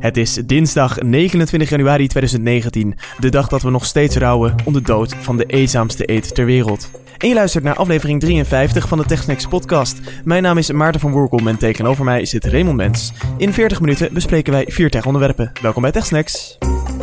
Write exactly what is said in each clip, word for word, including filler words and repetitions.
Het is dinsdag negenentwintig januari tweeduizend negentien, de dag dat we nog steeds rouwen om de dood van de eenzaamste eend ter wereld. En je luistert naar aflevering drieënvijftig van de TechSnacks podcast. Mijn naam is Maarten van Woerkom en tegenover mij zit Raymond Mens. In veertig minuten bespreken wij vier tech-onderwerpen. Welkom bij TechSnacks.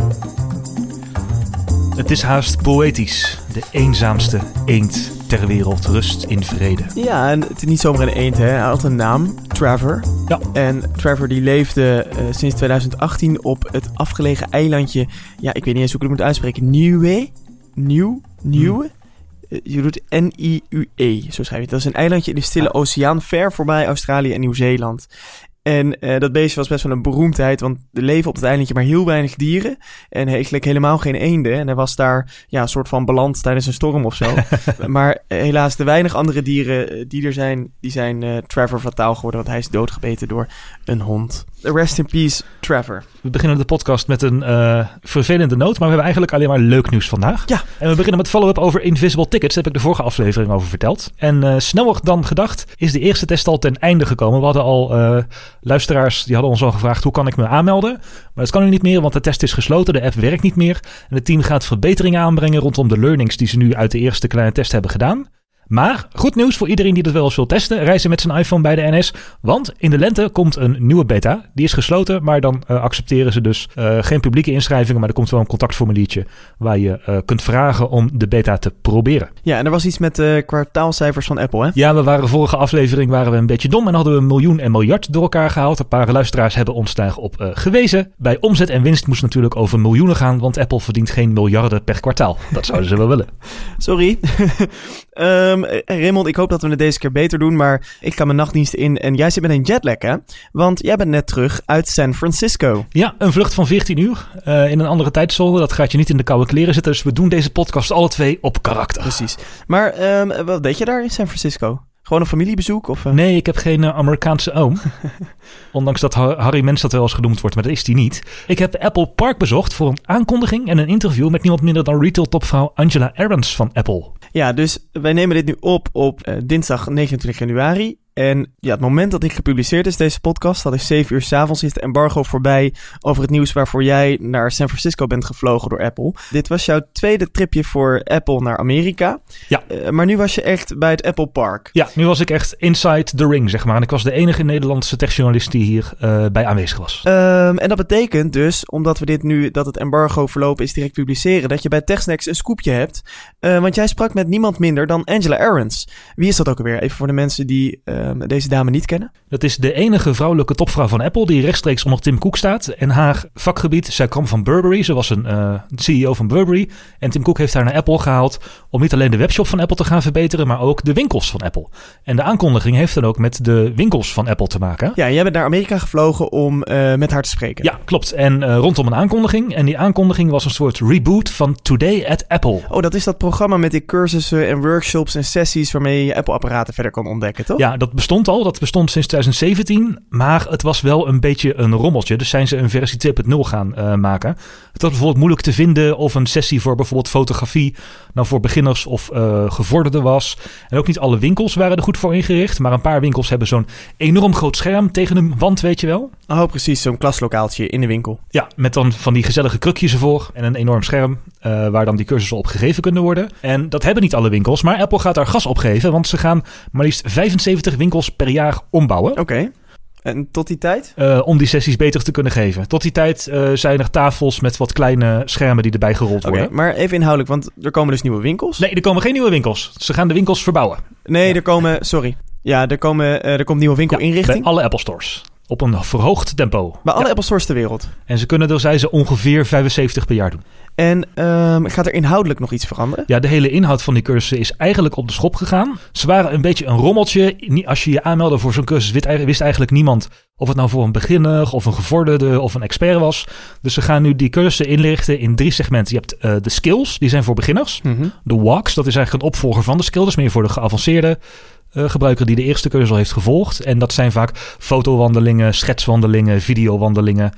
Het is haast poëtisch. De eenzaamste eend ter wereld rust in vrede. Ja, en het is niet zomaar een eend, hè. Hij had een naam, Trevor. Ja. En Trevor die leefde uh, sinds tweeduizend achttien op het afgelegen eilandje. Ja, ik weet niet eens hoe ik het moet uitspreken. Niue? Nieuw? Nieuwe? Hmm. Uh, je doet N I U E, zo schrijf je het. Dat is een eilandje in de Stille ja. Oceaan, ver voorbij Australië en Nieuw-Zeeland. En uh, dat beestje was best wel een beroemdheid, want er leven op het eilandje maar heel weinig dieren. En eigenlijk helemaal geen eenden. En hij was daar ja, een soort van beland tijdens een storm of zo. Maar uh, helaas, de weinig andere dieren uh, die er zijn, die zijn uh, Trevor fataal geworden. Want hij is doodgebeten door een hond. Rest in peace, Trevor. We beginnen de podcast met een uh, vervelende noot, maar we hebben eigenlijk alleen maar leuk nieuws vandaag. Ja. En we beginnen met follow-up over Invisible Tickets. Daar heb ik de vorige aflevering over verteld. En uh, sneller dan gedacht is de eerste test al ten einde gekomen. We hadden al uh, luisteraars, die hadden ons al gevraagd, hoe kan ik me aanmelden? Maar dat kan nu niet meer, want de test is gesloten. De app werkt niet meer. En het team gaat verbeteringen aanbrengen rondom de learnings die ze nu uit de eerste kleine test hebben gedaan. Maar goed nieuws voor iedereen die dat wel eens wil testen. Reizen met zijn iPhone bij de N S. Want in de lente komt een nieuwe beta. Die is gesloten, maar dan uh, accepteren ze dus uh, geen publieke inschrijvingen. Maar er komt wel een contactformuliertje waar je uh, kunt vragen om de beta te proberen. Ja, en er was iets met de uh, kwartaalcijfers van Apple, hè? Ja, we waren vorige aflevering waren we een beetje dom en hadden we een miljoen en miljard door elkaar gehaald. Een paar luisteraars hebben ons daarop uh, gewezen. Bij omzet en winst moest het natuurlijk over miljoenen gaan, want Apple verdient geen miljarden per kwartaal. Dat zouden ze wel willen. Sorry. um, Raymond, ik hoop dat we het deze keer beter doen, maar ik ga mijn nachtdienst in en jij zit met een jetlag, hè? Want jij bent net terug uit San Francisco. Ja, een vlucht van veertien uur uh, in een andere tijdzone. Dat gaat je niet in de koude kleren zitten, dus we doen deze podcast alle twee op karakter. Precies. Maar um, wat deed je daar in San Francisco? Gewoon een familiebezoek? Of, uh... Nee, ik heb geen uh, Amerikaanse oom. Ondanks dat Harry Mens dat wel eens genoemd wordt, maar dat is die niet. Ik heb Apple Park bezocht voor een aankondiging en een interview met niemand minder dan retail-topvrouw Angela Ahrendts van Apple. Ja, dus wij nemen dit nu op op uh, dinsdag negenentwintig januari. En ja, het moment dat dit gepubliceerd is, deze podcast, dat is zeven uur 's avonds, is het embargo voorbij over het nieuws waarvoor jij naar San Francisco bent gevlogen door Apple. Dit was jouw tweede tripje voor Apple naar Amerika. Ja. Uh, maar nu was je echt bij het Apple Park. Ja, nu was ik echt inside the ring, zeg maar. En ik was de enige Nederlandse techjournalist die hier uh, bij aanwezig was. Um, en dat betekent dus, omdat we dit nu, dat het embargo verlopen is, direct publiceren, dat je bij TechSnacks een scoopje hebt. Uh, want jij sprak met niemand minder dan Angela Ahrendts. Wie is dat ook alweer? Even voor de mensen die uh, deze dame niet kennen. Dat is de enige vrouwelijke topvrouw van Apple die rechtstreeks onder Tim Cook staat. En haar vakgebied, zij kwam van Burberry. Ze was een uh, C E O van Burberry. En Tim Cook heeft haar naar Apple gehaald om niet alleen de webshop van Apple te gaan verbeteren, maar ook de winkels van Apple. En de aankondiging heeft dan ook met de winkels van Apple te maken. Ja, jij bent naar Amerika gevlogen om uh, met haar te spreken. Ja, klopt. En uh, rondom een aankondiging. En die aankondiging was een soort reboot van Today at Apple. Oh, dat is dat programma met die cursussen en workshops en sessies waarmee je Apple-apparaten verder kan ontdekken, toch? Ja, dat bestond al. Dat bestond sinds twintig zeventien. Maar het was wel een beetje een rommeltje. Dus zijn ze een versie twee punt nul gaan uh, maken. Het was bijvoorbeeld moeilijk te vinden of een sessie voor bijvoorbeeld fotografie nou voor beginners of uh, gevorderden was. En ook niet alle winkels waren er goed voor ingericht. Maar een paar winkels hebben zo'n enorm groot scherm tegen een wand, weet je wel. Oh, precies. Zo'n klaslokaaltje in de winkel. Ja, met dan van die gezellige krukjes ervoor en een enorm scherm uh, waar dan die cursussen op gegeven kunnen worden. En dat hebben niet alle winkels, maar Apple gaat daar gas op geven, want ze gaan maar liefst vijfenzeventig winkels per jaar ombouwen. Oké. Okay. En tot die tijd? Uh, om die sessies beter te kunnen geven. Tot die tijd uh, zijn er tafels met wat kleine schermen die erbij gerold okay, worden. Maar even inhoudelijk, want er komen dus nieuwe winkels? Nee, er komen geen nieuwe winkels. Ze gaan de winkels verbouwen. Nee, ja. er komen... Sorry. Ja, er, komen, uh, er komt nieuwe winkelinrichting. Ja, bij alle Apple Stores. Op een verhoogd tempo. Bij alle ja. Apple Stores ter wereld. En ze kunnen er, zei ze, ongeveer vijfenzeventig per jaar doen. En um, gaat er inhoudelijk nog iets veranderen? Ja, de hele inhoud van die cursussen is eigenlijk op de schop gegaan. Ze waren een beetje een rommeltje. Als je je aanmeldde voor zo'n cursus, wist eigenlijk niemand of het nou voor een beginner of een gevorderde of een expert was. Dus ze gaan nu die cursussen inrichten in drie segmenten. Je hebt uh, de skills, die zijn voor beginners. Mm-hmm. De walks, dat is eigenlijk een opvolger van de skills. Dat is meer voor de geavanceerde uh, gebruiker die de eerste cursus al heeft gevolgd. En dat zijn vaak fotowandelingen, schetswandelingen, videowandelingen.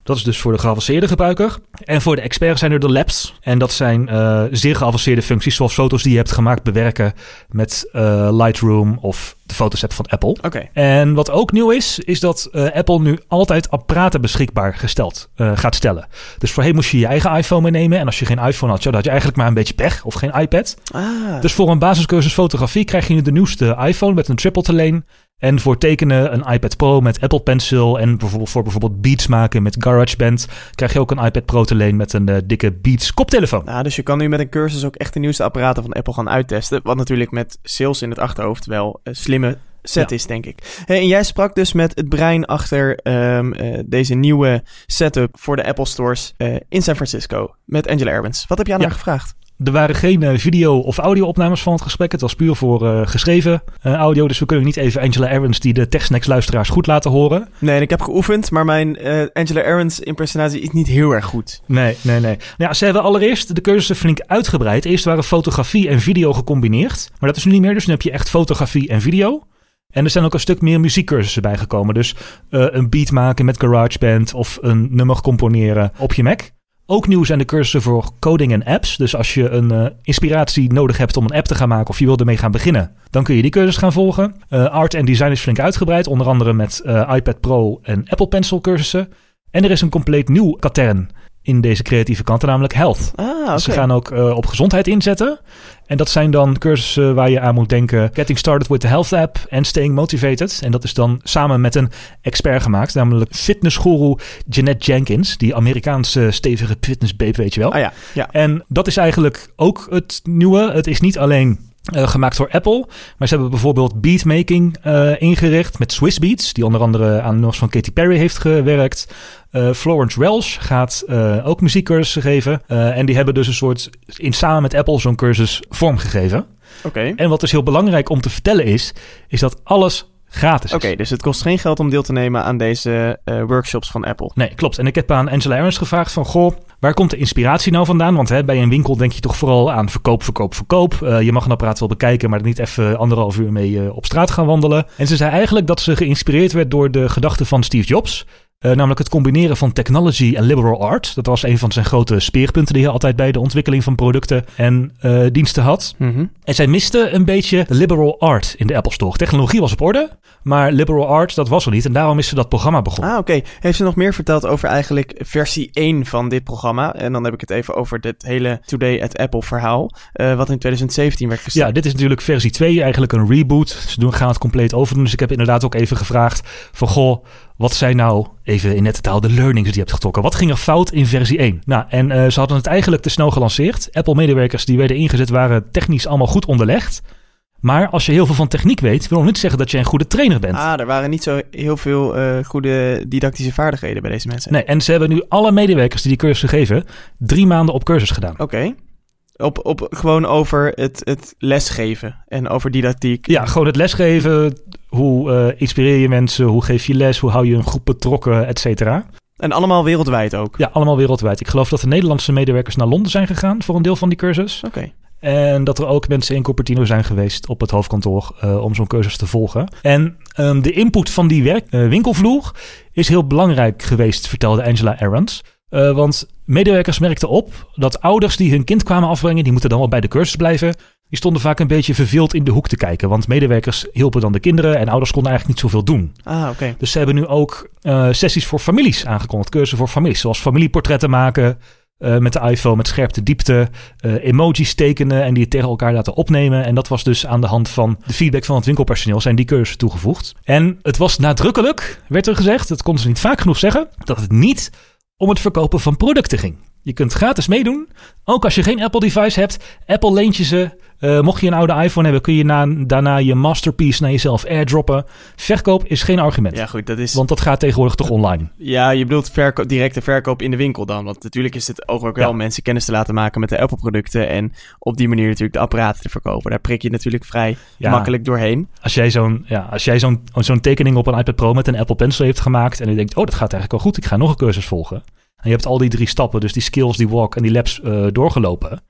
Dat is dus voor de geavanceerde gebruiker. En voor de expert zijn er de labs. En dat zijn uh, zeer geavanceerde functies, zoals foto's die je hebt gemaakt bewerken met uh, Lightroom of de Fotos app van Apple. Oké. Okay. En wat ook nieuw is, is dat uh, Apple nu altijd apparaten beschikbaar gesteld uh, gaat stellen. Dus voorheen moest je je eigen iPhone meenemen. En als je geen iPhone had, ja, dan had je eigenlijk maar een beetje pech of geen iPad. Ah. Dus voor een basiscursus fotografie krijg je nu de nieuwste iPhone met een triple telane. En voor tekenen een iPad Pro met Apple Pencil. En bijvoorbeeld voor bijvoorbeeld beats maken met GarageBand krijg je ook een iPad Pro telane met een uh, dikke Beats koptelefoon. Nou, dus je kan nu met een cursus ook echt de nieuwste apparaten van Apple gaan uittesten. Wat natuurlijk met sales in het achterhoofd wel een slimme set ja. is, denk ik. Hey, en jij sprak dus met het brein achter um, uh, deze nieuwe setup voor de Apple stores uh, in San Francisco. Met Angela Ahrendts. Wat heb je aan ja. haar gevraagd? Er waren geen uh, video- of audio-opnames van het gesprek. Het was puur voor uh, geschreven uh, audio. Dus we kunnen niet even Angela Ahrendts, die de TechSnacks-luisteraars goed laten horen. Nee, en ik heb geoefend, maar mijn uh, Angela Ahrendts-impersonatie is niet heel erg goed. Nee, nee, nee. Nou ja, ze hebben allereerst de cursussen flink uitgebreid. Eerst waren fotografie en video gecombineerd. Maar dat is nu niet meer, dus nu heb je echt fotografie en video. En er zijn ook een stuk meer muziekcursussen bijgekomen. Dus uh, een beat maken met GarageBand of een nummer componeren op je Mac. Ook nieuw zijn de cursussen voor coding en apps. Dus als je een uh, inspiratie nodig hebt om een app te gaan maken of je wil ermee gaan beginnen, dan kun je die cursus gaan volgen. Uh, art en design is flink uitgebreid, onder andere met uh, iPad Pro en Apple Pencil cursussen. En er is een compleet nieuw katern in deze creatieve kant, namelijk health. Ah, okay. Dus ze gaan ook uh, op gezondheid inzetten. En dat zijn dan cursussen waar je aan moet denken: Getting Started with the Health App en Staying Motivated. En dat is dan samen met een expert gemaakt, namelijk fitnessguru Jeanette Jenkins, die Amerikaanse stevige fitnessbabe, weet je wel. Ah ja, ja. En dat is eigenlijk ook het nieuwe. Het is niet alleen Uh, gemaakt door Apple. Maar ze hebben bijvoorbeeld beatmaking uh, ingericht met Swiss Beats, die onder andere aan nummers van Katy Perry heeft gewerkt. Uh, Florence Welch gaat uh, ook muziekcursussen geven. Uh, en die hebben dus een soort, in samen met Apple, zo'n cursus vormgegeven. Oké. Okay. En wat dus heel belangrijk om te vertellen is, is dat alles gratis is. Oké, okay, dus het kost geen geld om deel te nemen aan deze uh, workshops van Apple. Nee, klopt. En ik heb aan Angela Ahrendts gevraagd van, goh, waar komt de inspiratie nou vandaan? Want hè, bij een winkel denk je toch vooral aan verkoop, verkoop, verkoop. Uh, je mag een apparaat wel bekijken, maar er niet even anderhalf uur mee uh, op straat gaan wandelen. En ze zei eigenlijk dat ze geïnspireerd werd door de gedachten van Steve Jobs. Uh, namelijk het combineren van technology en liberal art. Dat was een van zijn grote speerpunten die hij altijd bij de ontwikkeling van producten en uh, diensten had. Mm-hmm. En zij miste een beetje de liberal art in de Apple Store. Technologie was op orde, maar liberal art, dat was er niet. En daarom is ze dat programma begonnen. Ah, oké. Okay. Heeft ze nog meer verteld over eigenlijk versie één van dit programma? En dan heb ik het even over dit hele Today at Apple verhaal, uh, wat in twintig zeventien werd gestart. Ja, dit is natuurlijk versie twee, eigenlijk een reboot. Ze doen, gaan het compleet overdoen. Dus ik heb inderdaad ook even gevraagd van, goh, wat zijn nou, even in nette taal, de learnings die je hebt getrokken? Wat ging er fout in versie één? Nou, en uh, ze hadden het eigenlijk te snel gelanceerd. Apple-medewerkers die werden ingezet waren technisch allemaal goed onderlegd. Maar als je heel veel van techniek weet, wil nog niet zeggen dat je een goede trainer bent. Ah, er waren niet zo heel veel uh, goede didactische vaardigheden bij deze mensen. Nee, en ze hebben nu alle medewerkers die die cursus geven, drie maanden op cursus gedaan. Oké. Okay. Op, op gewoon over het, het lesgeven en over didactiek. Ja, gewoon het lesgeven. Hoe uh, inspireer je mensen? Hoe geef je les? Hoe hou je een groep betrokken? Et cetera. En allemaal wereldwijd ook? Ja, allemaal wereldwijd. Ik geloof dat de Nederlandse medewerkers naar Londen zijn gegaan voor een deel van die cursus. Oké. Okay. En dat er ook mensen in Cupertino zijn geweest op het hoofdkantoor uh, om zo'n cursus te volgen. En um, de input van die werk, uh, winkelvloer is heel belangrijk geweest, vertelde Angela Ahrendts. Uh, want medewerkers merkten op dat ouders die hun kind kwamen afbrengen, die moeten dan wel bij de cursus blijven, die stonden vaak een beetje verveeld in de hoek te kijken. Want medewerkers hielpen dan de kinderen en ouders konden eigenlijk niet zoveel doen. Ah, oké. Okay. Dus ze hebben nu ook uh, sessies voor families aangekondigd, cursussen voor families. Zoals familieportretten maken uh, met de iPhone, met scherpte, diepte, uh, emojis tekenen en die tegen elkaar laten opnemen. En dat was dus aan de hand van de feedback van het winkelpersoneel zijn die cursussen toegevoegd. En het was nadrukkelijk, werd er gezegd, dat konden ze niet vaak genoeg zeggen, dat het niet om het verkopen van producten ging. Je kunt gratis meedoen. Ook als je geen Apple-device hebt. Apple leent je ze. Uh, mocht je een oude iPhone hebben, kun je na, daarna je masterpiece naar jezelf airdroppen. Verkoop is geen argument. Ja, goed, dat is... Want dat gaat tegenwoordig toch online. Ja, je bedoelt verko- directe verkoop in de winkel dan. Want natuurlijk is het ook wel ja. mensen kennis te laten maken met de Apple-producten. En op die manier natuurlijk de apparaten te verkopen. Daar prik je natuurlijk vrij ja. makkelijk doorheen. Als jij, zo'n, ja, als jij zo'n, zo'n tekening op een iPad Pro met een Apple Pencil heeft gemaakt. En je denkt, oh, dat gaat eigenlijk wel goed. Ik ga nog een cursus volgen. En je hebt al die drie stappen, dus die skills, die walk en die labs uh, doorgelopen.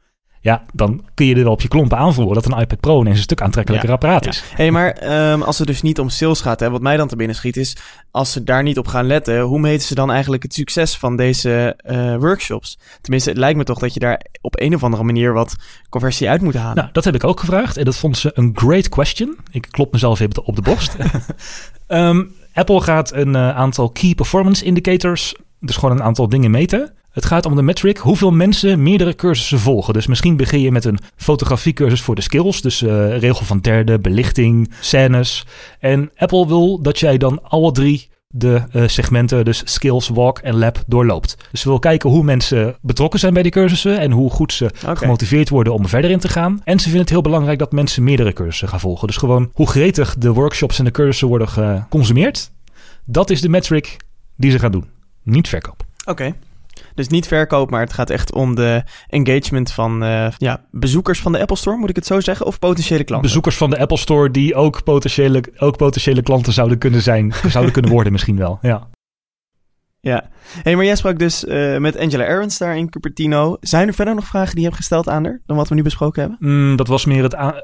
Ja, dan kun je er wel op je klompen aanvoeren dat een iPad Pro ineens een stuk aantrekkelijker ja, apparaat ja. is. Hé, hey, maar um, als het dus niet om sales gaat, hè, wat mij dan te binnen schiet is, als ze daar niet op gaan letten, hoe meten ze dan eigenlijk het succes van deze uh, workshops? Tenminste, het lijkt me toch dat je daar op een of andere manier wat conversie uit moet halen. Nou, dat heb ik ook gevraagd en dat vond ze een great question. Ik klop mezelf even op de borst. um, Apple gaat een uh, aantal key performance indicators, dus gewoon een aantal dingen meten. Het gaat om de metric hoeveel mensen meerdere cursussen volgen. Dus misschien begin je met een fotografiecursus voor de skills. Dus uh, regel van derde, belichting, scènes. En Apple wil dat jij dan alle drie de uh, segmenten, dus skills, walk en lab, doorloopt. Dus we willen kijken hoe mensen betrokken zijn bij die cursussen en hoe goed ze okay. gemotiveerd worden om er verder in te gaan. En ze vinden het heel belangrijk dat mensen meerdere cursussen gaan volgen. Dus gewoon hoe gretig de workshops en de cursussen worden geconsumeerd. Dat is de metric die ze gaan doen. Niet verkoop. Oké. Okay. Dus niet verkoop, maar het gaat echt om de engagement van uh, ja, bezoekers van de Apple Store, moet ik het zo zeggen? Of potentiële klanten? Bezoekers van de Apple Store die ook potentiële, ook potentiële klanten zouden kunnen zijn. zouden kunnen worden misschien wel, ja. Ja. Hey, maar jij sprak dus uh, met Angela Ahrendts daar in Cupertino. Zijn er verder nog vragen die je hebt gesteld aan haar, dan wat we nu besproken hebben? Mm, dat was meer het... A-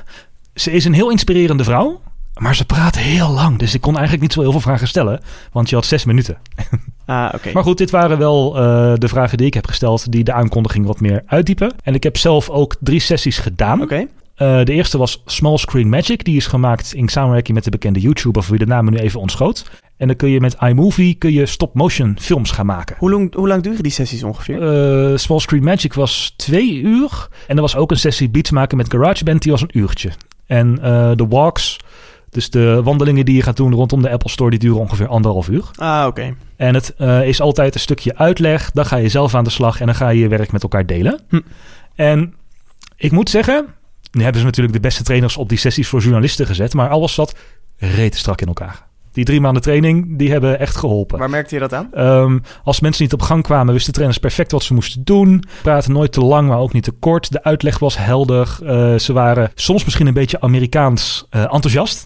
ze is een heel inspirerende vrouw, maar ze praat heel lang. Dus ik kon eigenlijk niet zo heel veel vragen stellen, want je had zes minuten. Ah, oké. Okay. Maar goed, dit waren wel uh, de vragen die ik heb gesteld die de aankondiging wat meer uitdiepen. En ik heb zelf ook drie sessies gedaan. Oké. Okay. Uh, de eerste was Small Screen Magic. Die is gemaakt in samenwerking met de bekende YouTuber, voor wie de naam nu even ontschoot. En dan kun je met iMovie kun je stop-motion films gaan maken. Hoe lang, hoe lang duren die sessies ongeveer? Uh, Small Screen Magic was twee uur. En er was ook een sessie beats maken met GarageBand, die was een uurtje. En uh, de walks... Dus de wandelingen die je gaat doen rondom de Apple Store, die duren ongeveer anderhalf uur. Ah, oké. Okay. En het uh, is altijd een stukje uitleg. Dan ga je zelf aan de slag en dan ga je je werk met elkaar delen. Hm. En ik moet zeggen, nu hebben ze natuurlijk de beste trainers op die sessies voor journalisten gezet. Maar alles zat rete strak in elkaar. Die drie maanden training, die hebben echt geholpen. Waar merkte je dat aan? Um, als mensen niet op gang kwamen, wisten de trainers perfect wat ze moesten doen. Praten nooit te lang, maar ook niet te kort. De uitleg was helder. Uh, ze waren soms misschien een beetje Amerikaans uh, enthousiast.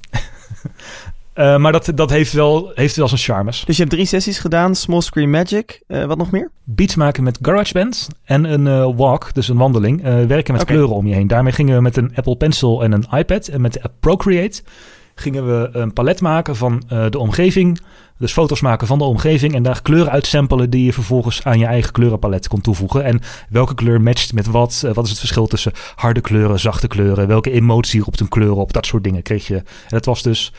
uh, maar dat, dat heeft, wel, heeft wel zijn charmes. Dus je hebt drie sessies gedaan. Small Screen Magic. Uh, wat nog meer? Beats maken met GarageBand. En een uh, walk, dus een wandeling. Uh, werken met okay. kleuren om je heen. Daarmee gingen we met een Apple Pencil en een iPad. En met de app Procreate gingen we een palet maken van uh, de omgeving. Dus foto's maken van de omgeving en daar kleuren uitsampelen die je vervolgens aan je eigen kleurenpalet kon toevoegen. En welke kleur matcht met wat? Uh, wat is het verschil tussen harde kleuren, zachte kleuren? Welke emotie roept een kleur op? Dat soort dingen kreeg je. En dat was dus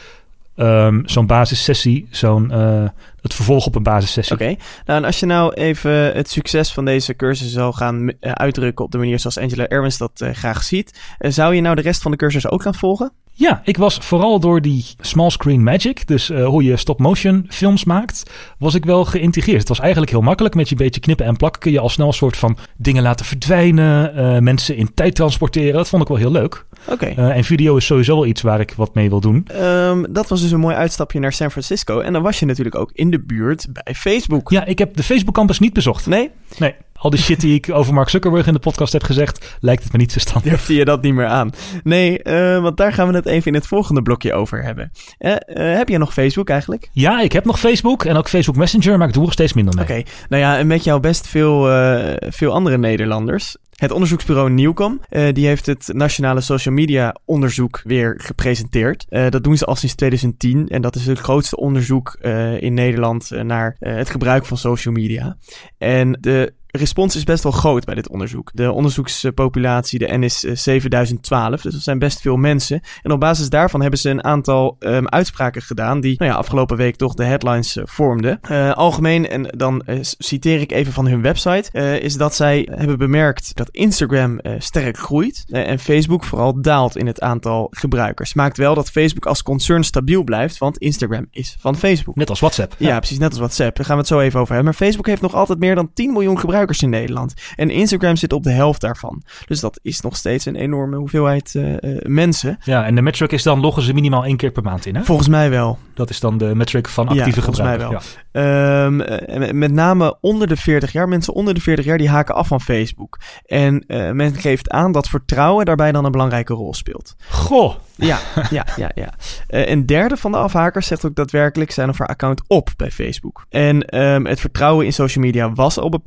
um, zo'n basissessie, zo'n, uh, het vervolg op een basissessie. Oké, okay. Nou en als je nou even het succes van deze cursus zou gaan uh, uitdrukken op de manier zoals Angela Ahrendts dat uh, graag ziet. Uh, zou je nou de rest van de cursus ook gaan volgen? Ja, ik was vooral door die small screen magic, dus uh, hoe je stop-motion films maakt, was ik wel geïntegreerd. Het was eigenlijk heel makkelijk. Met je beetje knippen en plakken kun je al snel een soort van dingen laten verdwijnen, uh, mensen in tijd transporteren. Dat vond ik wel heel leuk. Oké. Okay. Uh, en video is sowieso wel iets waar ik wat mee wil doen. Um, dat was dus een mooi uitstapje naar San Francisco. En dan was je natuurlijk ook in de buurt bij Facebook. Ja, ik heb de Facebook campus niet bezocht. Nee? Nee. Al die shit die ik over Mark Zuckerberg in de podcast heb gezegd, lijkt het me niet verstandig. Durfde je dat niet meer aan? Nee, uh, want daar gaan we het even in het volgende blokje over hebben. Uh, uh, heb je nog Facebook eigenlijk? Ja, ik heb nog Facebook en ook Facebook Messenger, maar ik doe er steeds minder mee. Oké, okay. Nou ja, en met jou best veel, uh, veel andere Nederlanders. Het onderzoeksbureau Nieuwkom, uh, die heeft het nationale social media onderzoek weer gepresenteerd. Uh, dat doen ze al sinds twintig tien en dat is het grootste onderzoek uh, in Nederland uh, naar uh, het gebruik van social media. En de respons is best wel groot bij dit onderzoek. De onderzoekspopulatie, de N is zevenduizend twaalf, dus dat zijn best veel mensen. En op basis daarvan hebben ze een aantal um, uitspraken gedaan die nou ja, afgelopen week toch de headlines uh, vormden. Uh, algemeen, en dan uh, citeer ik even van hun website, uh, is dat zij hebben bemerkt dat Instagram uh, sterk groeit uh, en Facebook vooral daalt in het aantal gebruikers. Maakt wel dat Facebook als concern stabiel blijft, want Instagram is van Facebook. Net als WhatsApp. Ja, ja, precies, net als WhatsApp. Daar gaan we het zo even over hebben. Maar Facebook heeft nog altijd meer dan tien miljoen gebruikers in Nederland. En Instagram zit op de helft daarvan. Dus dat is nog steeds een enorme hoeveelheid uh, uh, mensen. Ja, en de metric is dan loggen ze minimaal één keer per maand in, hè? Volgens mij wel. Dat is dan de metric van actieve ja, gebruikers. Volgens mij wel. Ja. Um, met name onder de veertig jaar. Mensen onder de veertig jaar die haken af van Facebook. En uh, men geeft aan dat vertrouwen daarbij dan een belangrijke rol speelt. Goh! Ja, ja, ja, ja. Uh, een derde van de afhakers zegt ook daadwerkelijk zijn of haar account op bij Facebook. En um, het vertrouwen in social media was al beperkt, maar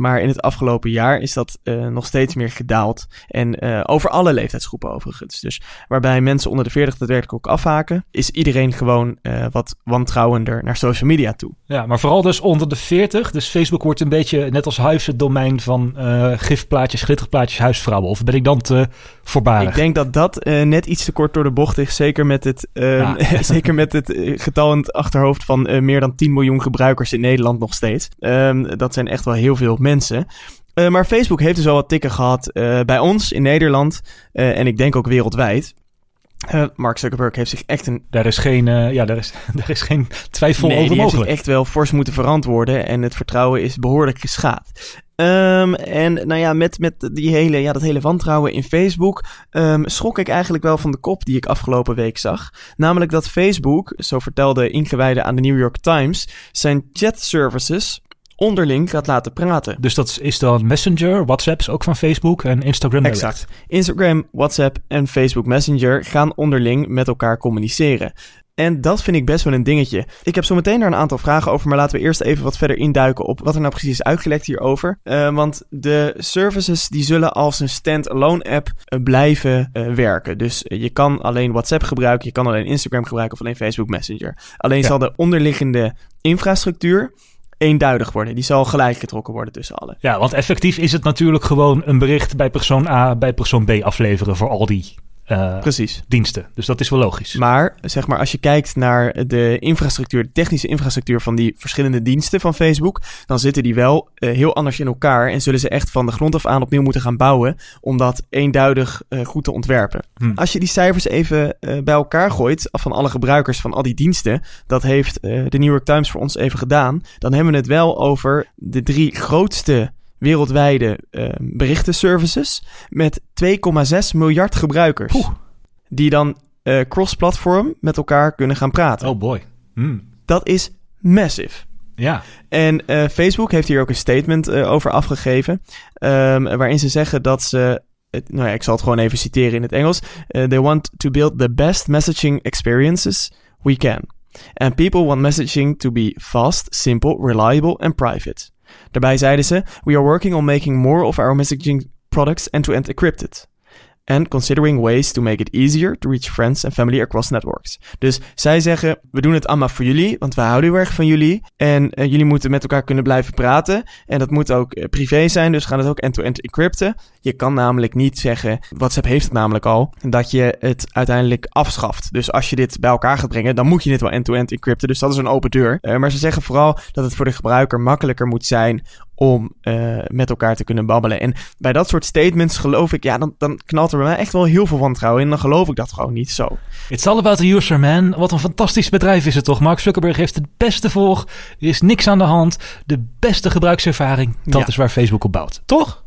Maar in het afgelopen jaar is dat uh, nog steeds meer gedaald. En uh, over alle leeftijdsgroepen overigens. Dus waarbij mensen onder de veertig daadwerkelijk ook afhaken, is iedereen gewoon uh, wat wantrouwender naar social media toe. Ja, maar vooral dus onder de veertig. Dus Facebook wordt een beetje net als Hives het domein van uh, gifplaatjes, glitterplaatjes, huisvrouwen. Of ben ik dan te voorbarig? Ik denk dat dat uh, net iets te kort door de bocht is. Zeker met het, uh, ja. zeker met het uh, getal in het achterhoofd van uh, meer dan tien miljoen gebruikers in Nederland nog steeds. Um, dat zijn echt wel heel veel mensen. Uh, maar Facebook heeft dus al wat tikken gehad uh, bij ons in Nederland. Uh, en ik denk ook wereldwijd. Uh, Mark Zuckerberg heeft zich echt een... Daar is geen, uh, ja, daar is, daar is geen twijfel nee, over mogelijk. mogelijk. Die heeft zich echt wel fors moeten verantwoorden. En het vertrouwen is behoorlijk geschaad. Um, en nou ja, met, met die hele, ja, dat hele wantrouwen in Facebook um, schrok ik eigenlijk wel van de kop die ik afgelopen week zag. Namelijk dat Facebook, zo vertelde ingewijden aan de New York Times, zijn chat services onderling gaat laten praten. Dus dat is dan Messenger, WhatsApp is ook van Facebook en Instagram. Exact. Instagram, WhatsApp en Facebook Messenger gaan onderling met elkaar communiceren. En dat vind ik best wel een dingetje. Ik heb zo meteen daar een aantal vragen over, maar laten we eerst even wat verder induiken op wat er nou precies is uitgelekt hierover. Uh, want de services die zullen als een stand-alone app uh, blijven uh, werken. Dus uh, je kan alleen WhatsApp gebruiken, je kan alleen Instagram gebruiken of alleen Facebook Messenger. Alleen ja. zal de onderliggende infrastructuur eenduidig worden. Die zal gelijk getrokken worden tussen allen. Ja, want effectief is het natuurlijk gewoon een bericht bij persoon A, bij persoon B afleveren voor al die uh, Precies. diensten. Dus dat is wel logisch. Maar, zeg maar, als je kijkt naar de infrastructuur, de technische infrastructuur van die verschillende diensten van Facebook, dan zitten die wel uh, heel anders in elkaar en zullen ze echt van de grond af aan opnieuw moeten gaan bouwen om dat eenduidig uh, goed te ontwerpen. Hmm. Als je die cijfers even uh, bij elkaar gooit van alle gebruikers van al die diensten, dat heeft uh, de New York Times voor ons even gedaan, dan hebben we het wel over de drie grootste wereldwijde uh, berichtenservices met twee komma zes miljard gebruikers. Oeh. Die dan uh, cross-platform met elkaar kunnen gaan praten. Oh boy. Mm. Dat is massive. Ja. En uh, Facebook heeft hier ook een statement uh, over afgegeven, um, waarin ze zeggen dat ze, het, nou ja, ik zal het gewoon even citeren in het Engels. Uh, they want to build the best messaging experiences we can. And people want messaging to be fast, simple, reliable and private. Daarbij zeiden ze, we are working on making more of our messaging products end-to-end encrypted. And considering ways to make it easier to reach friends and family across networks. Dus zij zeggen, we doen het allemaal voor jullie, want we houden heel erg van jullie. En uh, jullie moeten met elkaar kunnen blijven praten. En dat moet ook uh, privé zijn, dus we gaan het ook end-to-end encrypten. Je kan namelijk niet zeggen, WhatsApp heeft het namelijk al, dat je het uiteindelijk afschaft. Dus als je dit bij elkaar gaat brengen, dan moet je dit wel end-to-end encrypten. Dus dat is een open deur. Uh, maar ze zeggen vooral dat het voor de gebruiker makkelijker moet zijn om uh, met elkaar te kunnen babbelen. En bij dat soort statements geloof ik, ja, dan, dan knalt er bij mij echt wel heel veel wantrouwen in. Dan geloof ik dat gewoon niet zo. It's all about the user, man. Wat een fantastisch bedrijf is het toch? Mark Zuckerberg heeft het beste voor. Er is niks aan de hand. De beste gebruikservaring. Dat ja. is waar Facebook op bouwt. Toch?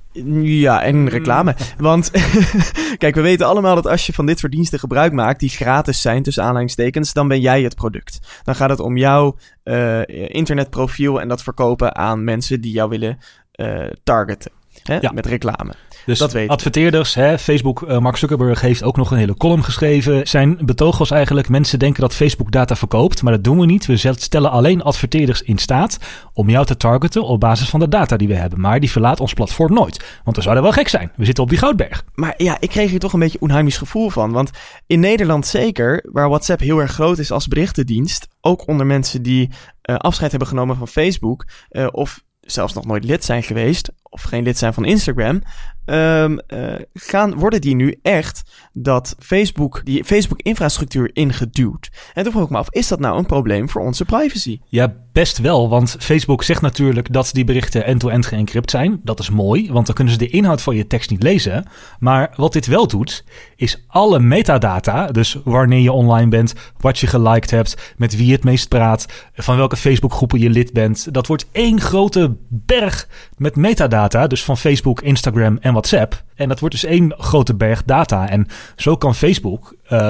Ja, en reclame. Want kijk, we weten allemaal dat als je van dit soort diensten gebruik maakt, die gratis zijn tussen aanhalingstekens, dan ben jij het product. Dan gaat het om jouw uh, internetprofiel en dat verkopen aan mensen die jou willen uh, targeten. Hè? Ja. Met reclame. Dus dat adverteerders, hè, Facebook, uh, Mark Zuckerberg heeft ook nog een hele column geschreven. Zijn betoog was eigenlijk, mensen denken dat Facebook data verkoopt, maar dat doen we niet. We stellen alleen adverteerders in staat om jou te targeten op basis van de data die we hebben. Maar die verlaat ons platform nooit. Want dan zou dat wel gek zijn. We zitten op die goudberg. Maar ja, ik kreeg hier toch een beetje onheimisch gevoel van. Want in Nederland zeker, waar WhatsApp heel erg groot is als berichtendienst, ook onder mensen die uh, afscheid hebben genomen van Facebook, uh, of zelfs nog nooit lid zijn geweest, of geen lid zijn van Instagram, um, uh, gaan, worden die nu echt dat Facebook, die Facebook-infrastructuur ingeduwd. En toen vroeg ik me af, is dat nou een probleem voor onze privacy? Ja, best wel, want Facebook zegt natuurlijk dat die berichten end-to-end geëncrypt zijn. Dat is mooi, want dan kunnen ze de inhoud van je tekst niet lezen. Maar wat dit wel doet, is alle metadata, dus wanneer je online bent, wat je geliked hebt, met wie je het meest praat, van welke Facebookgroepen je lid bent, dat wordt één grote berg met metadata, dus van Facebook, Instagram en WhatsApp. En dat wordt dus één grote berg data. En zo kan Facebook uh,